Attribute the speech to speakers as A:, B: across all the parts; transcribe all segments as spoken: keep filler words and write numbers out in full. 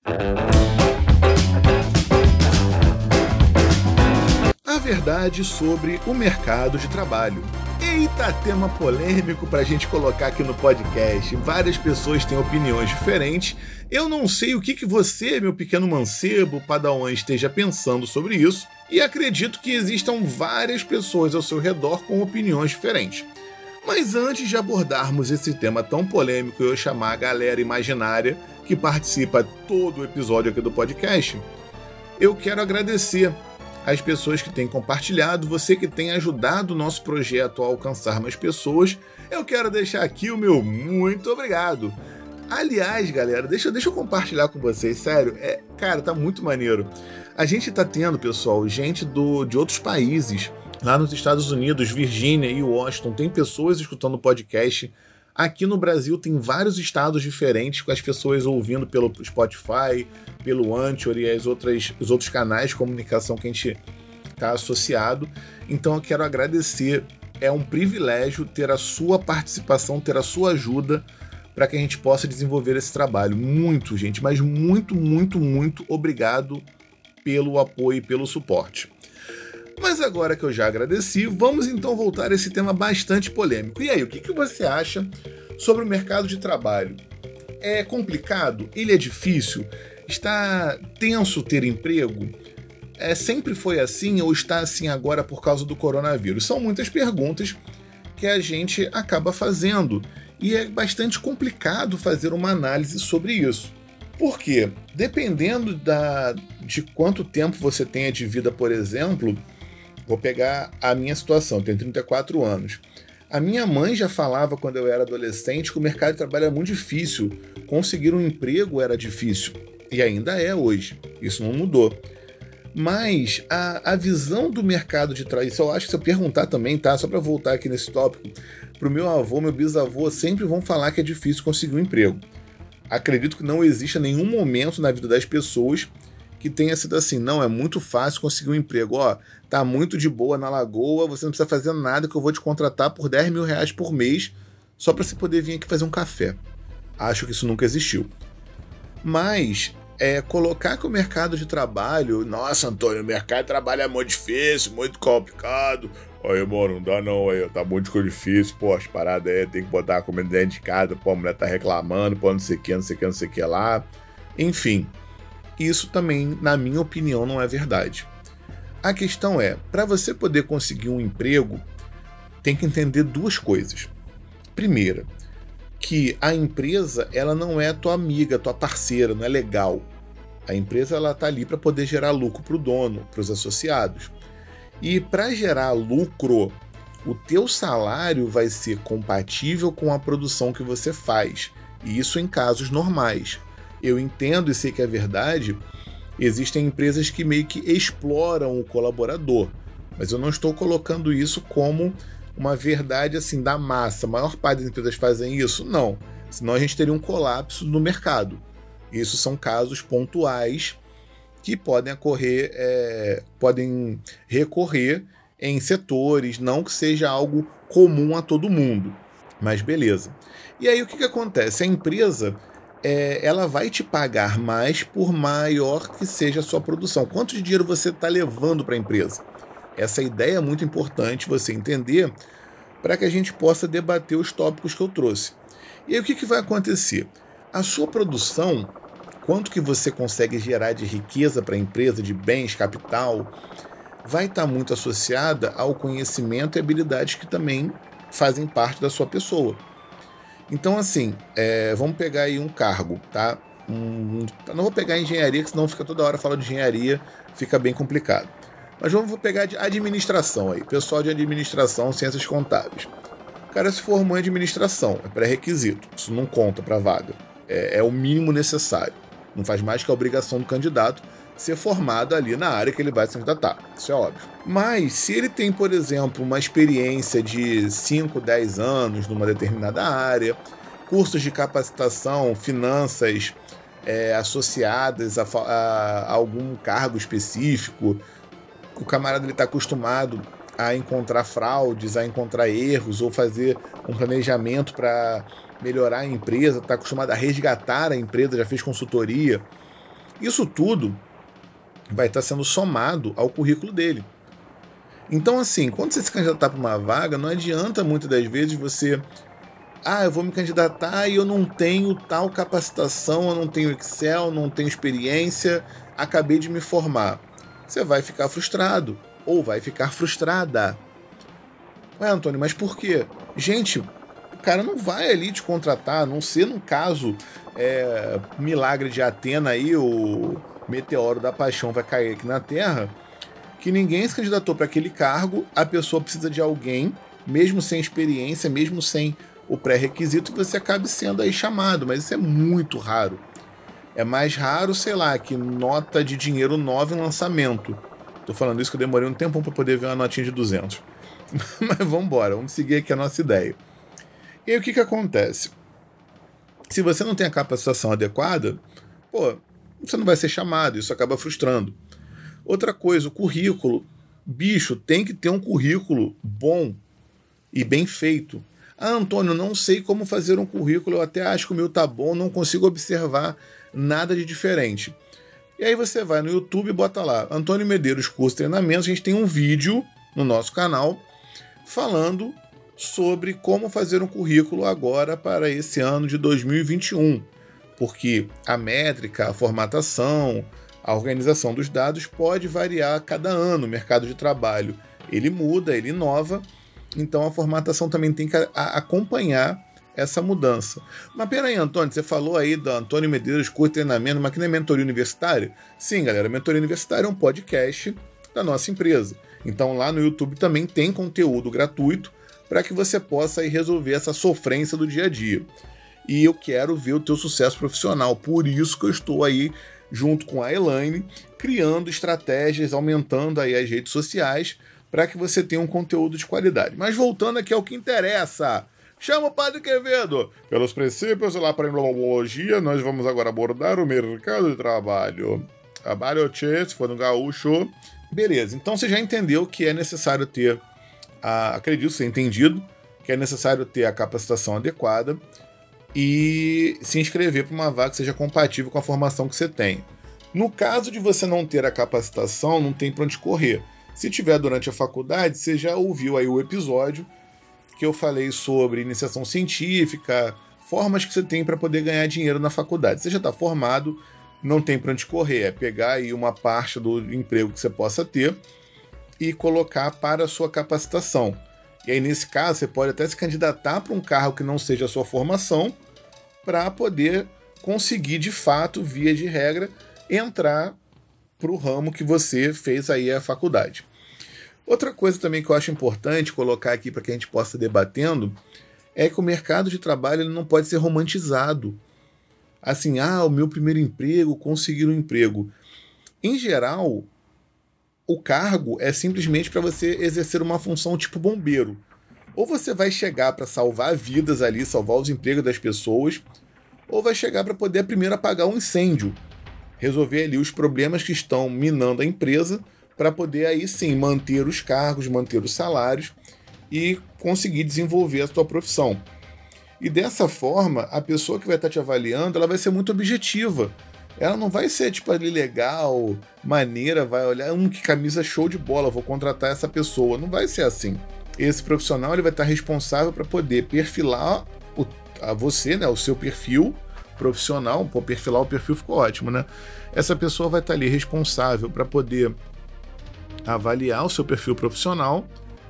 A: A verdade sobre o mercado de trabalho. Eita, tema polêmico pra gente colocar aqui no podcast. Várias pessoas têm opiniões diferentes. Eu não sei o que, que você, meu pequeno mancebo, padawan, esteja pensando sobre isso. E acredito que existam várias pessoas ao seu redor com opiniões diferentes. Mas antes de abordarmos esse tema tão polêmico e eu chamar a galera imaginária que participa todo o episódio aqui do podcast, eu quero agradecer as pessoas que têm compartilhado, você que tem ajudado o nosso projeto a alcançar mais pessoas. Eu quero deixar aqui o meu muito obrigado. Aliás, galera, deixa, deixa eu compartilhar com vocês, sério, é, cara, tá muito maneiro. A gente tá tendo, pessoal, gente do, de outros países, lá nos Estados Unidos, Virgínia e Washington, tem pessoas escutando o podcast. Aqui no Brasil tem vários estados diferentes, com as pessoas ouvindo pelo Spotify, pelo Anchor e as outras, os outros canais de comunicação que a gente está associado. Então eu quero agradecer, é um privilégio ter a sua participação, ter a sua ajuda para que a gente possa desenvolver esse trabalho. Muito, gente, mas muito, muito, muito obrigado pelo apoio e pelo suporte. Mas agora que eu já agradeci, vamos então voltar a esse tema bastante polêmico. E aí, o que, que você acha sobre o mercado de trabalho? É complicado? Ele é difícil? Está tenso ter emprego? É, sempre foi assim ou está assim agora por causa do coronavírus? São muitas perguntas que a gente acaba fazendo e é bastante complicado fazer uma análise sobre isso. Por quê? Dependendo da, de quanto tempo você tenha de vida, por exemplo, vou pegar a minha situação, eu tenho trinta e quatro anos. A minha mãe já falava quando eu era adolescente que o mercado de trabalho é muito difícil, conseguir um emprego era difícil, e ainda é hoje, isso não mudou. Mas a, a visão do mercado de trabalho, isso eu acho que se eu perguntar também, tá? Só para voltar aqui nesse tópico, pro meu avô, meu bisavô sempre vão falar que é difícil conseguir um emprego. Acredito que não exista nenhum momento na vida das pessoas que tenha sido assim, não, é muito fácil conseguir um emprego, ó, tá muito de boa na lagoa, você não precisa fazer nada que eu vou te contratar por dez mil reais por mês só para você poder vir aqui fazer um café. Acho que isso nunca existiu. Mas, é, colocar que o mercado de trabalho, nossa, Antônio, o mercado de trabalho é muito difícil, muito complicado, aí, mano, não dá não, aí, tá muito difícil, pô, as paradas aí, tem que botar a comida dentro de casa, pô, a mulher tá reclamando, pô, não sei o que, não sei o que, não sei o que lá, enfim. Isso também, na minha opinião, não é verdade. A questão é, para você poder conseguir um emprego, tem que entender duas coisas. Primeira, que a empresa ela não é tua amiga, tua parceira, não é legal. A empresa ela tá ali para poder gerar lucro para o dono, para os associados. E para gerar lucro, o teu salário vai ser compatível com a produção que você faz. E isso em casos normais. Eu entendo e sei que é verdade, existem empresas que meio que exploram o colaborador, mas eu não estou colocando isso como uma verdade assim da massa. A maior parte das empresas fazem isso? Não, senão a gente teria um colapso no mercado. Isso são casos pontuais que podem ocorrer, é, podem recorrer em setores, não que seja algo comum a todo mundo, mas beleza. E aí o que, que acontece? A empresa É, ela vai te pagar mais por maior que seja a sua produção. Quanto de dinheiro você está levando para a empresa? Essa ideia é muito importante você entender para que a gente possa debater os tópicos que eu trouxe. E aí o que, que vai acontecer? A sua produção, quanto que você consegue gerar de riqueza para a empresa, de bens, capital, vai estar muito associada ao conhecimento e habilidades que também fazem parte da sua pessoa. Então, assim, é, vamos pegar aí um cargo, tá? Um, não vou pegar engenharia, que senão fica toda hora falando de engenharia, fica bem complicado. Mas vamos pegar de administração aí, pessoal de administração, ciências contábeis. O cara se formou em administração, é pré-requisito, isso não conta para vaga, é, é o mínimo necessário. Não faz mais que a obrigação do candidato ser formado ali na área que ele vai se candidatar, isso é óbvio. Mas se ele tem, por exemplo, uma experiência de cinco, dez anos numa determinada área, cursos de capacitação, finanças é, associadas a, a, a algum cargo específico, o camarada está acostumado a encontrar fraudes, a encontrar erros ou fazer um planejamento para melhorar a empresa, está acostumado a resgatar a empresa, já fez consultoria. Isso tudo vai estar sendo somado ao currículo dele. Então, assim, quando você se candidatar para uma vaga, não adianta muitas das vezes você... Ah, eu vou me candidatar e eu não tenho tal capacitação, eu não tenho Excel, não tenho experiência, acabei de me formar. Você vai ficar frustrado, ou vai ficar frustrada. Ué, Antônio, mas por quê? Gente, o cara não vai ali te contratar, a não ser num caso é, milagre de Atena aí, o meteoro da paixão vai cair aqui na Terra, que ninguém se candidatou para aquele cargo, a pessoa precisa de alguém, mesmo sem experiência, mesmo sem o pré-requisito, que você acabe sendo aí chamado, mas isso é muito raro. É mais raro, sei lá, que nota de dinheiro nova em lançamento. Tô falando isso que eu demorei um tempão para poder ver uma notinha de duzentos. Mas vamos embora, vamos seguir aqui a nossa ideia. E aí o que que acontece? Se você não tem a capacitação adequada, pô, você não vai ser chamado, isso acaba frustrando. Outra coisa, o currículo. Bicho, tem que ter um currículo bom e bem feito. Ah, Antônio, não sei como fazer um currículo, eu até acho que o meu tá bom, não consigo observar nada de diferente. E aí você vai no YouTube e bota lá, Antônio Medeiros Curso de Treinamento, a gente tem um vídeo no nosso canal falando sobre como fazer um currículo agora para esse ano de dois mil e vinte e um, porque a métrica, a formatação, a organização dos dados pode variar a cada ano, o mercado de trabalho ele muda, ele inova, então a formatação também tem que acompanhar essa mudança. Mas peraí, Antônio, você falou aí do Antônio Medeiros Curso de Treinamento, mas que não é mentoria universitária? Sim, galera, mentoria universitária é um podcast da nossa empresa. Então lá no YouTube também tem conteúdo gratuito para que você possa aí resolver essa sofrência do dia a dia. E eu quero ver o teu sucesso profissional, por isso que eu estou aí junto com a Elaine, criando estratégias, aumentando aí as redes sociais para que você tenha um conteúdo de qualidade. Mas voltando aqui ao que interessa, chama o Padre Quevedo! Pelos princípios da laparoscopia, nós vamos agora abordar o mercado de trabalho. Trabalho, tchê, se for no gaúcho. Beleza, então você já entendeu que é necessário ter, a, acredito ser entendido, que é necessário ter a capacitação adequada e se inscrever para uma vaga que seja compatível com a formação que você tem. No caso de você não ter a capacitação, não tem para onde correr. Se tiver durante a faculdade, você já ouviu aí o episódio que eu falei sobre iniciação científica, formas que você tem para poder ganhar dinheiro na faculdade. Você já está formado, não tem para onde correr, é pegar aí uma parte do emprego que você possa ter e colocar para a sua capacitação. E aí, nesse caso, você pode até se candidatar para um cargo que não seja a sua formação para poder conseguir, de fato, via de regra, entrar para o ramo que você fez aí a faculdade. Outra coisa também que eu acho importante colocar aqui para que a gente possa ir debatendo é que o mercado de trabalho ele não pode ser romantizado. Assim, ah, o meu primeiro emprego, conseguir um emprego. Em geral, o cargo é simplesmente para você exercer uma função tipo bombeiro. Ou você vai chegar para salvar vidas ali, salvar os empregos das pessoas, ou vai chegar para poder primeiro apagar um incêndio, resolver ali os problemas que estão minando a empresa, para poder aí sim manter os cargos, manter os salários e conseguir desenvolver a sua profissão. E dessa forma, a pessoa que vai estar te avaliando, ela vai ser muito objetiva. Ela não vai ser tipo ali legal, maneira, vai olhar, hum, que camisa show de bola, vou contratar essa pessoa. Não vai ser assim. Esse profissional ele vai estar responsável para poder perfilar o, a você, né, o seu perfil profissional. Pô, perfilar o perfil ficou ótimo, né? Essa pessoa vai estar ali responsável para poder avaliar o seu perfil profissional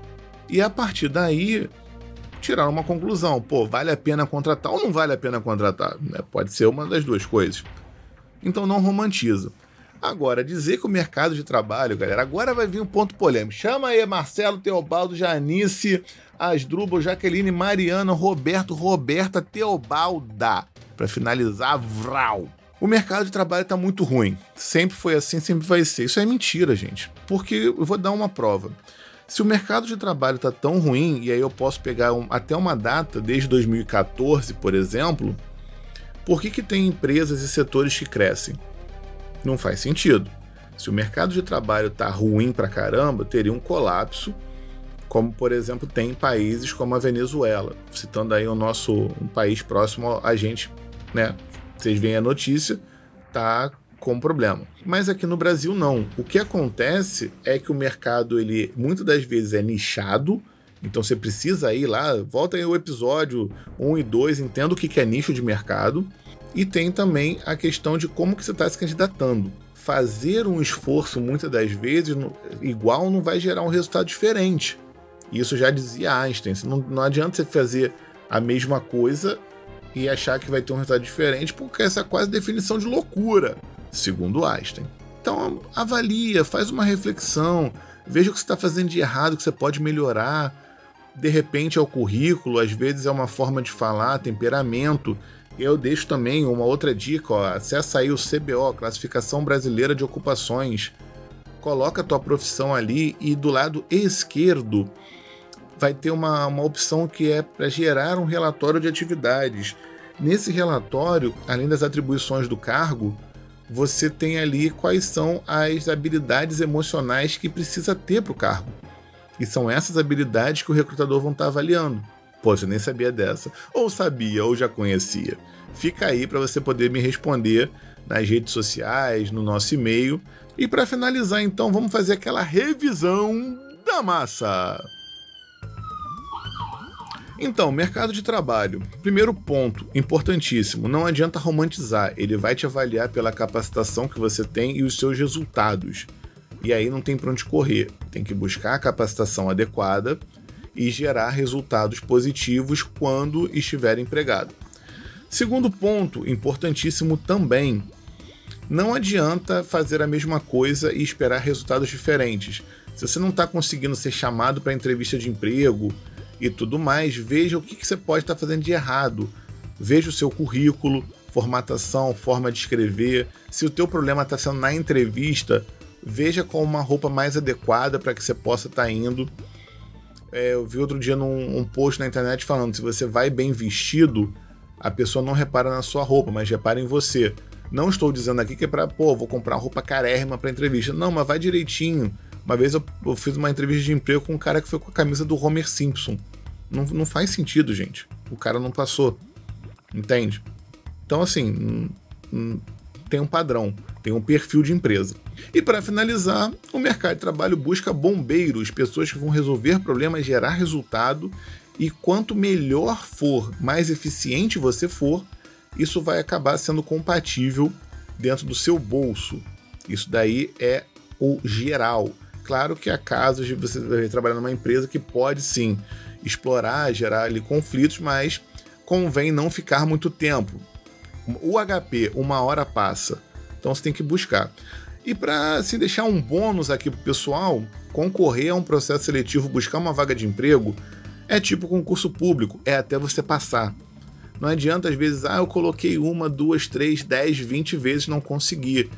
A: e a partir daí tirar uma conclusão. Pô, vale a pena contratar ou não vale a pena contratar? Né? Pode ser uma das duas coisas. Então não romantiza. Agora, dizer que o mercado de trabalho, galera, agora vai vir um ponto polêmico. Chama aí Marcelo, Teobaldo, Janice, Asdrubal, Jaqueline, Mariana, Roberto, Roberta, Teobalda. Para finalizar, vral. O mercado de trabalho está muito ruim. Sempre foi assim, sempre vai ser. Isso é mentira, gente. Porque eu vou dar uma prova. Se o mercado de trabalho está tão ruim, e aí eu posso pegar um, até uma data, desde dois mil e quatorze, por exemplo, por que que tem empresas e setores que crescem? Não faz sentido. Se o mercado de trabalho está ruim pra caramba, teria um colapso, como, por exemplo, tem em países como a Venezuela. Citando aí o nosso um país próximo a gente, né? Vocês veem a notícia, tá como problema. Mas aqui no Brasil não. O que acontece é que o mercado, ele muitas das vezes é nichado, então você precisa ir lá, volta aí o episódio um e dois, entenda o que é nicho de mercado, e tem também a questão de como que você está se candidatando. Fazer um esforço muitas das vezes igual não vai gerar um resultado diferente. Isso já dizia Einstein. Não, não adianta você fazer a mesma coisa e achar que vai ter um resultado diferente, porque essa é quase definição de loucura, segundo Einstein. Então avalia, faz uma reflexão, veja o que você está fazendo de errado, o que você pode melhorar. De repente é o currículo, às vezes é uma forma de falar, temperamento. Eu deixo também uma outra dica, ó, acessa aí o C B O, Classificação Brasileira de Ocupações. Coloca a tua profissão ali e do lado esquerdo vai ter uma, uma opção que é para gerar um relatório de atividades. Nesse relatório, além das atribuições do cargo, você tem ali quais são as habilidades emocionais que precisa ter para o cargo. E são essas habilidades que o recrutador vão estar avaliando. Pô, você nem sabia dessa. Ou sabia, ou já conhecia. Fica aí para você poder me responder nas redes sociais, no nosso e-mail. E para finalizar, então, vamos fazer aquela revisão da massa. Então, mercado de trabalho. Primeiro ponto, importantíssimo, não adianta romantizar. Ele vai te avaliar pela capacitação que você tem e os seus resultados. E aí não tem para onde correr. Tem que buscar a capacitação adequada e gerar resultados positivos quando estiver empregado. Segundo ponto, importantíssimo também, não adianta fazer a mesma coisa e esperar resultados diferentes. Se você não está conseguindo ser chamado para entrevista de emprego e tudo mais, veja o que, que você pode estar tá fazendo de errado. Veja o seu currículo, formatação, forma de escrever. Se o teu problema está sendo na entrevista, veja com uma roupa mais adequada para que você possa estar tá indo. É, eu vi outro dia num um post na internet falando, se você vai bem vestido, a pessoa não repara na sua roupa, mas repara em você. Não estou dizendo aqui que é para, pô, vou comprar roupa carérrima para entrevista. Não, mas vai direitinho. Uma vez eu, eu fiz uma entrevista de emprego com um cara que foi com a camisa do Homer Simpson. Não, não faz sentido, gente. O cara não passou. Entende? Então, assim, hum, hum, tem um padrão, tem um perfil de empresa. E para finalizar, o mercado de trabalho busca bombeiros, pessoas que vão resolver problemas, gerar resultado, e quanto melhor for, mais eficiente você for, isso vai acabar sendo compatível dentro do seu bolso. Isso daí é o geral. Claro que há casos de você trabalhar numa empresa que pode sim explorar, gerar ali conflitos, mas convém não ficar muito tempo. O H P, uma hora passa, então você tem que buscar. E para assim, deixar um bônus aqui para o pessoal, concorrer a um processo seletivo, buscar uma vaga de emprego, é tipo concurso público, é até você passar. Não adianta às vezes, ah, eu coloquei uma, duas, três, dez, vinte vezes, não consegui.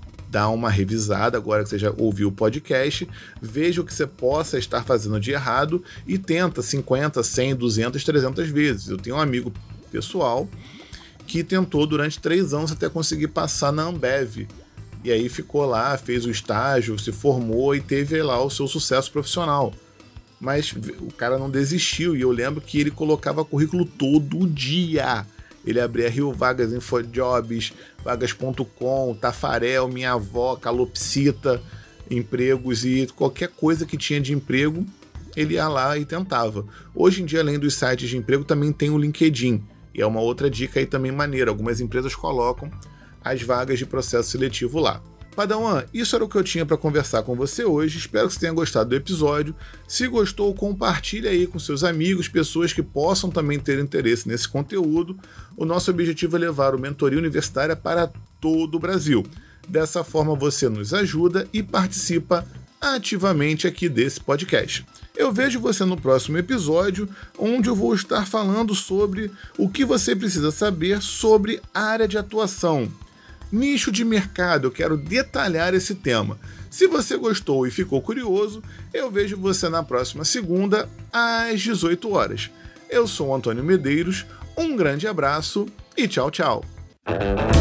A: Dá uma revisada, agora que você já ouviu o podcast, veja o que você possa estar fazendo de errado e tenta cinquenta, cem, duzentas, trezentas vezes. Eu tenho um amigo pessoal que tentou durante três anos até conseguir passar na Ambev. E aí ficou lá, fez o estágio, se formou e teve lá o seu sucesso profissional. Mas o cara não desistiu e eu lembro que ele colocava currículo todo dia. Ele abria Rio Vagas, Infojobs, Vagas ponto com, Tafarel, Minha Avó, Calopsita, empregos e qualquer coisa que tinha de emprego, ele ia lá e tentava. Hoje em dia, além dos sites de emprego, também tem o LinkedIn. E é uma outra dica aí também maneira. Algumas empresas colocam as vagas de processo seletivo lá. Padawan, isso era o que eu tinha para conversar com você hoje. Espero que você tenha gostado do episódio. Se gostou, compartilhe aí com seus amigos, pessoas que possam também ter interesse nesse conteúdo. O nosso objetivo é levar o Mentoria Universitária para todo o Brasil. Dessa forma você nos ajuda e participa ativamente aqui desse podcast. Eu vejo você no próximo episódio, onde eu vou estar falando sobre o que você precisa saber sobre a área de atuação. Nicho de mercado, eu quero detalhar esse tema. Se você gostou e ficou curioso, eu vejo você na próxima segunda, às dezoito horas. Eu sou o Antônio Medeiros, um grande abraço e tchau, tchau.